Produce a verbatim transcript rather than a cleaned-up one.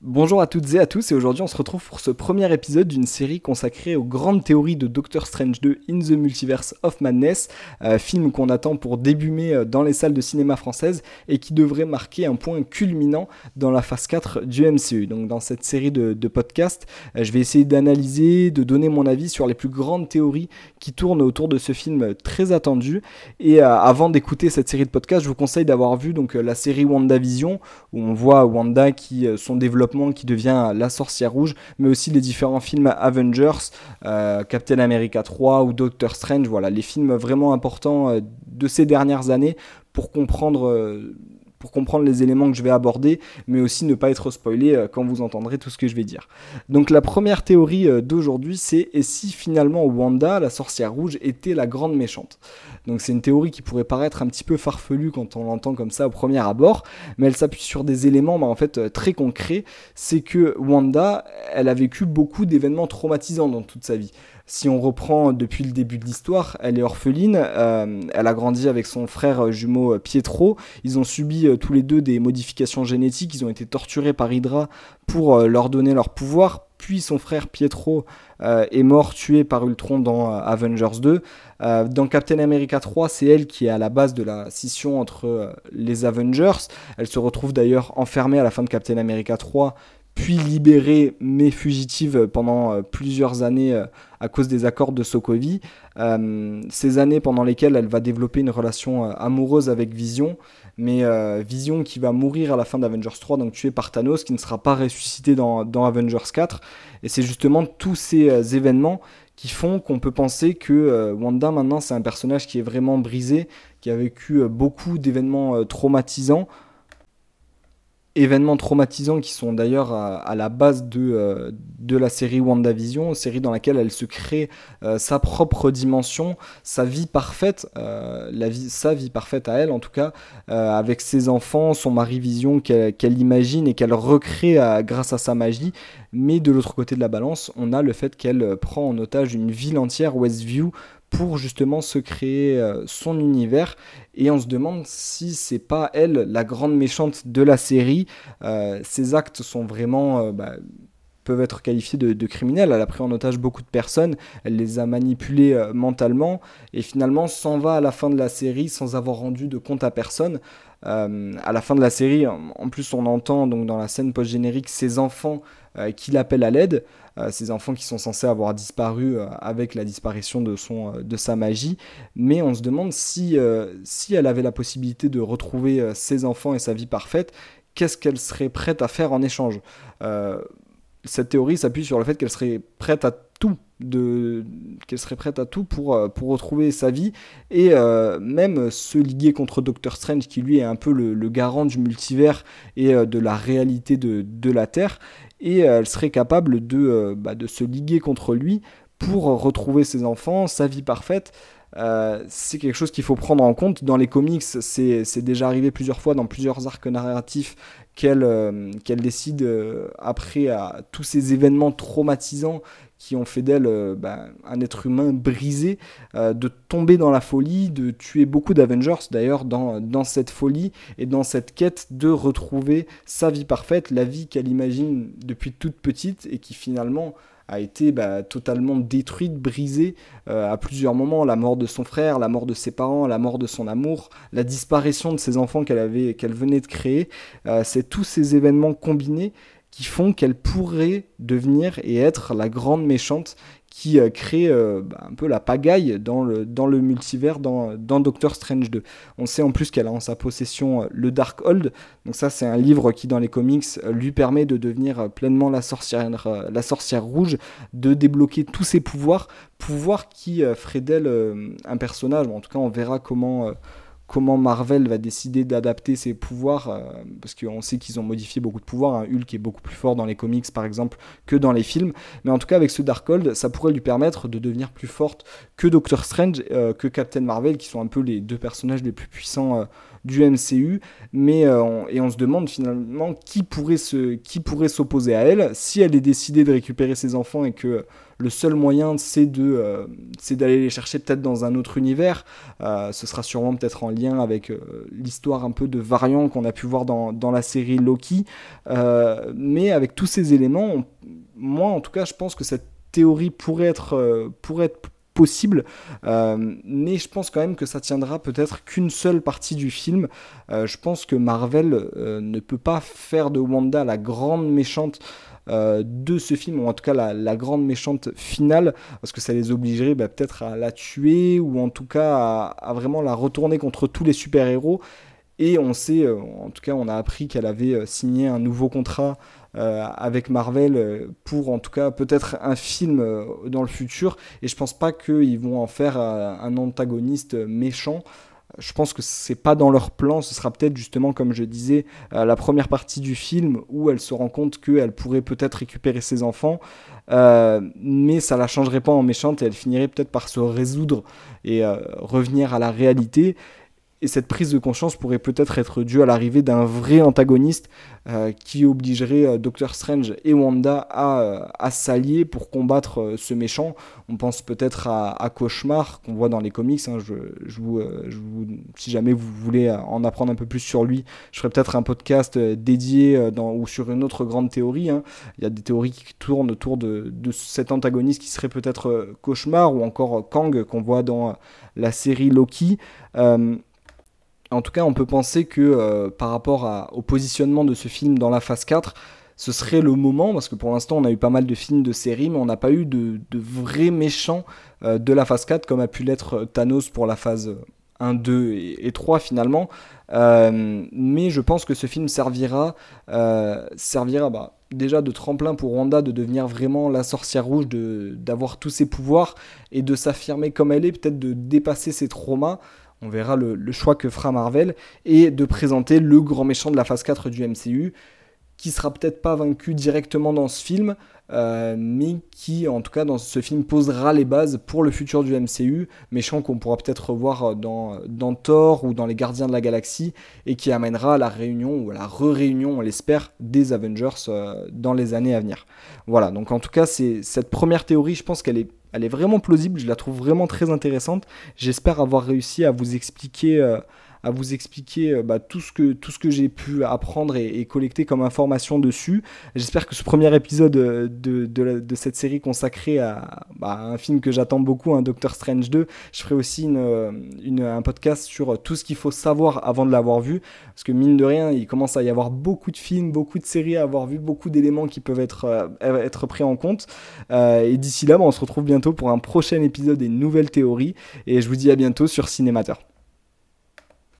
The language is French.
Bonjour à toutes et à tous, et aujourd'hui on se retrouve pour ce premier épisode d'une série consacrée aux grandes théories de Doctor Strange deux In the Multiverse of Madness, euh, film qu'on attend pour début mai euh, dans les salles de cinéma françaises et qui devrait marquer un point culminant dans la phase quatre du M C U. Donc dans cette série de, de podcasts, euh, je vais essayer d'analyser, de donner mon avis sur les plus grandes théories qui tournent autour de ce film très attendu. Et euh, avant d'écouter cette série de podcasts, je vous conseille d'avoir vu donc, euh, la série WandaVision, où on voit Wanda qui euh, son développement qui devient la sorcière rouge, mais aussi les différents films Avengers, euh, Captain America trois ou Doctor Strange, voilà, les films vraiment importants euh, de ces dernières années pour comprendre... Euh, pour comprendre les éléments que je vais aborder, mais aussi ne pas être spoilé euh, quand vous entendrez tout ce que je vais dire. Donc la première théorie euh, d'aujourd'hui, c'est « Et si finalement Wanda, la sorcière rouge, était la grande méchante ?» Donc c'est une théorie qui pourrait paraître un petit peu farfelue quand on l'entend comme ça au premier abord, mais elle s'appuie sur des éléments bah, en fait, euh, très concrets. C'est que Wanda, elle a vécu beaucoup d'événements traumatisants dans toute sa vie. Si on reprend depuis le début de l'histoire, elle est orpheline, euh, elle a grandi avec son frère jumeau Pietro, ils ont subi euh, tous les deux des modifications génétiques, ils ont été torturés par Hydra pour euh, leur donner leur pouvoir, puis son frère Pietro euh, est mort tué par Ultron dans euh, Avengers deux. Euh, dans Captain America trois, c'est elle qui est à la base de la scission entre euh, les Avengers, elle se retrouve d'ailleurs enfermée à la fin de Captain America trois, puis libérée mais fugitive pendant euh, plusieurs années euh, à cause des accords de Sokovie. Euh, ces années pendant lesquelles elle va développer une relation euh, amoureuse avec Vision, mais euh, Vision qui va mourir à la fin d'Avengers trois, donc tué par Thanos, qui ne sera pas ressuscité dans, dans Avengers quatre. Et c'est justement tous ces euh, événements qui font qu'on peut penser que euh, Wanda maintenant c'est un personnage qui est vraiment brisé, qui a vécu euh, beaucoup d'événements euh, traumatisants, événements traumatisants qui sont d'ailleurs à, à la base de, euh, de la série WandaVision, série dans laquelle elle se crée euh, sa propre dimension, sa vie parfaite, euh, la vie, sa vie parfaite à elle en tout cas, euh, avec ses enfants, son mari Vision qu'elle, qu'elle imagine et qu'elle recrée à, grâce à sa magie. Mais de l'autre côté de la balance, on a le fait qu'elle prend en otage une ville entière, Westview, pour justement se créer euh, son univers, et on se demande si c'est pas elle la grande méchante de la série. Euh, ses actes sont vraiment euh, bah, peuvent être qualifiés de, de criminels. Elle a pris en otage beaucoup de personnes, elle les a manipulés euh, mentalement, et finalement s'en va à la fin de la série sans avoir rendu de compte à personne. Euh, à la fin de la série, en plus on entend donc dans la scène post-générique ses enfants euh, qui l'appellent à l'aide, euh, ces enfants qui sont censés avoir disparu euh, avec la disparition de, son, euh, de sa magie, mais on se demande si, euh, si elle avait la possibilité de retrouver euh, ses enfants et sa vie parfaite, qu'est-ce qu'elle serait prête à faire en échange. euh, Cette théorie s'appuie sur le fait qu'elle serait prête à tout, de, qu'elle serait prête à tout pour, euh, pour retrouver sa vie, et euh, même se liguer contre Doctor Strange, qui lui est un peu le, le garant du multivers et euh, de la réalité de, de la Terre, et euh, elle serait capable de, euh, bah, de se liguer contre lui pour retrouver ses enfants, sa vie parfaite. Euh, c'est quelque chose qu'il faut prendre en compte. Dans les comics, c'est, c'est déjà arrivé plusieurs fois dans plusieurs arcs narratifs qu'elle, euh, qu'elle décide, euh, après à tous ces événements traumatisants qui ont fait d'elle euh, bah, un être humain brisé, euh, de tomber dans la folie, de tuer beaucoup d'Avengers d'ailleurs dans, dans cette folie et dans cette quête de retrouver sa vie parfaite, la vie qu'elle imagine depuis toute petite et qui finalement a été bah, totalement détruite, brisée euh, à plusieurs moments. La mort de son frère, la mort de ses parents, la mort de son amour, la disparition de ses enfants qu'elle, avait, qu'elle venait de créer. Euh, c'est tous ces événements combinés qui font qu'elle pourrait devenir et être la grande méchante qui euh, crée euh, bah, un peu la pagaille dans le, dans le multivers, dans, dans Doctor Strange deux. On sait en plus qu'elle a en sa possession euh, le Darkhold, donc ça c'est un livre qui dans les comics euh, lui permet de devenir euh, pleinement la sorcière, euh, la sorcière rouge, de débloquer tous ses pouvoirs, pouvoirs qui euh, feraient d'elle euh, un personnage, bon, en tout cas on verra comment... Euh, comment Marvel va décider d'adapter ses pouvoirs, euh, parce qu'on sait qu'ils ont modifié beaucoup de pouvoirs, hein. Hulk est beaucoup plus fort dans les comics par exemple que dans les films, mais en tout cas avec ce Darkhold, ça pourrait lui permettre de devenir plus forte que Doctor Strange, euh, que Captain Marvel, qui sont un peu les deux personnages les plus puissants euh, du M C U, mais euh, on, et on se demande finalement qui pourrait, se, qui pourrait s'opposer à elle si elle est décidée de récupérer ses enfants et que le seul moyen c'est, de, euh, c'est d'aller les chercher peut-être dans un autre univers. Euh, ce sera sûrement peut-être en lien avec euh, l'histoire un peu de variant qu'on a pu voir dans, dans la série Loki. Euh, mais avec tous ces éléments, on, moi en tout cas je pense que cette théorie pourrait être, euh, pourrait être possible, euh, mais je pense quand même que ça tiendra peut-être qu'une seule partie du film. Euh, je pense que Marvel euh, ne peut pas faire de Wanda la grande méchante euh, de ce film, ou en tout cas la, la grande méchante finale, parce que ça les obligerait bah, peut-être à la tuer, ou en tout cas à, à vraiment la retourner contre tous les super-héros. Et on sait, euh, en tout cas on a appris qu'elle avait euh, signé un nouveau contrat euh, avec Marvel euh, pour en tout cas peut-être un film euh, dans le futur. Et je pense pas qu'ils vont en faire euh, un antagoniste méchant. Je pense que c'est pas dans leur plan, ce sera peut-être justement comme je disais euh, la première partie du film où elle se rend compte qu'elle pourrait peut-être récupérer ses enfants, euh, mais ça la changerait pas en méchante et elle finirait peut-être par se résoudre et euh, revenir à la réalité. Et cette prise de conscience pourrait peut-être être due à l'arrivée d'un vrai antagoniste euh, qui obligerait euh, Doctor Strange et Wanda à, euh, à s'allier pour combattre euh, ce méchant. On pense peut-être à, à Cauchemar, qu'on voit dans les comics. Hein. Je, je vous, euh, je vous, si jamais vous voulez en apprendre un peu plus sur lui, je ferai peut-être un podcast euh, dédié euh, dans, ou sur une autre grande théorie. Hein. Il y a des théories qui tournent autour de, de cet antagoniste qui serait peut-être euh, Cauchemar, ou encore euh, Kang, qu'on voit dans euh, la série Loki. Euh, En tout cas, on peut penser que euh, par rapport à, au positionnement de ce film dans la phase quatre, ce serait le moment, parce que pour l'instant on a eu pas mal de films, de séries, mais on n'a pas eu de, de vrais méchants euh, de la phase quatre, comme a pu l'être Thanos pour la phase un, deux et, et trois finalement. Euh, mais je pense que ce film servira, euh, servira bah, déjà de tremplin pour Wanda de devenir vraiment la sorcière rouge, de, d'avoir tous ses pouvoirs et de s'affirmer comme elle est, peut-être de dépasser ses traumas. On verra le, le choix que fera Marvel, et de présenter le grand méchant de la phase quatre du M C U, qui sera peut-être pas vaincu directement dans ce film, euh, mais qui, en tout cas, dans ce film, posera les bases pour le futur du M C U, méchant qu'on pourra peut-être revoir dans, dans Thor ou dans les Gardiens de la Galaxie, et qui amènera à la réunion, ou à la re-réunion, on l'espère, des Avengers euh, dans les années à venir. Voilà, donc en tout cas, c'est, cette première théorie, je pense qu'elle est Elle est vraiment plausible, je la trouve vraiment très intéressante. J'espère avoir réussi à vous expliquer, euh, à vous expliquer euh, bah, tout ce que, tout ce que j'ai pu apprendre et, et collecter comme information dessus. J'espère que ce premier épisode de, de, la, de cette série consacrée à, bah, à un film que j'attends beaucoup, un Doctor Strange deux, je ferai aussi une, une, un podcast sur tout ce qu'il faut savoir avant de l'avoir vu. Parce que mine de rien, il commence à y avoir beaucoup de films, beaucoup de séries à avoir vu, beaucoup d'éléments qui peuvent être, euh, être pris en compte. Euh, et d'ici là, bah, on se retrouve bientôt pour un prochain épisode et une nouvelle théorie. Et je vous dis à bientôt sur Cinémateur.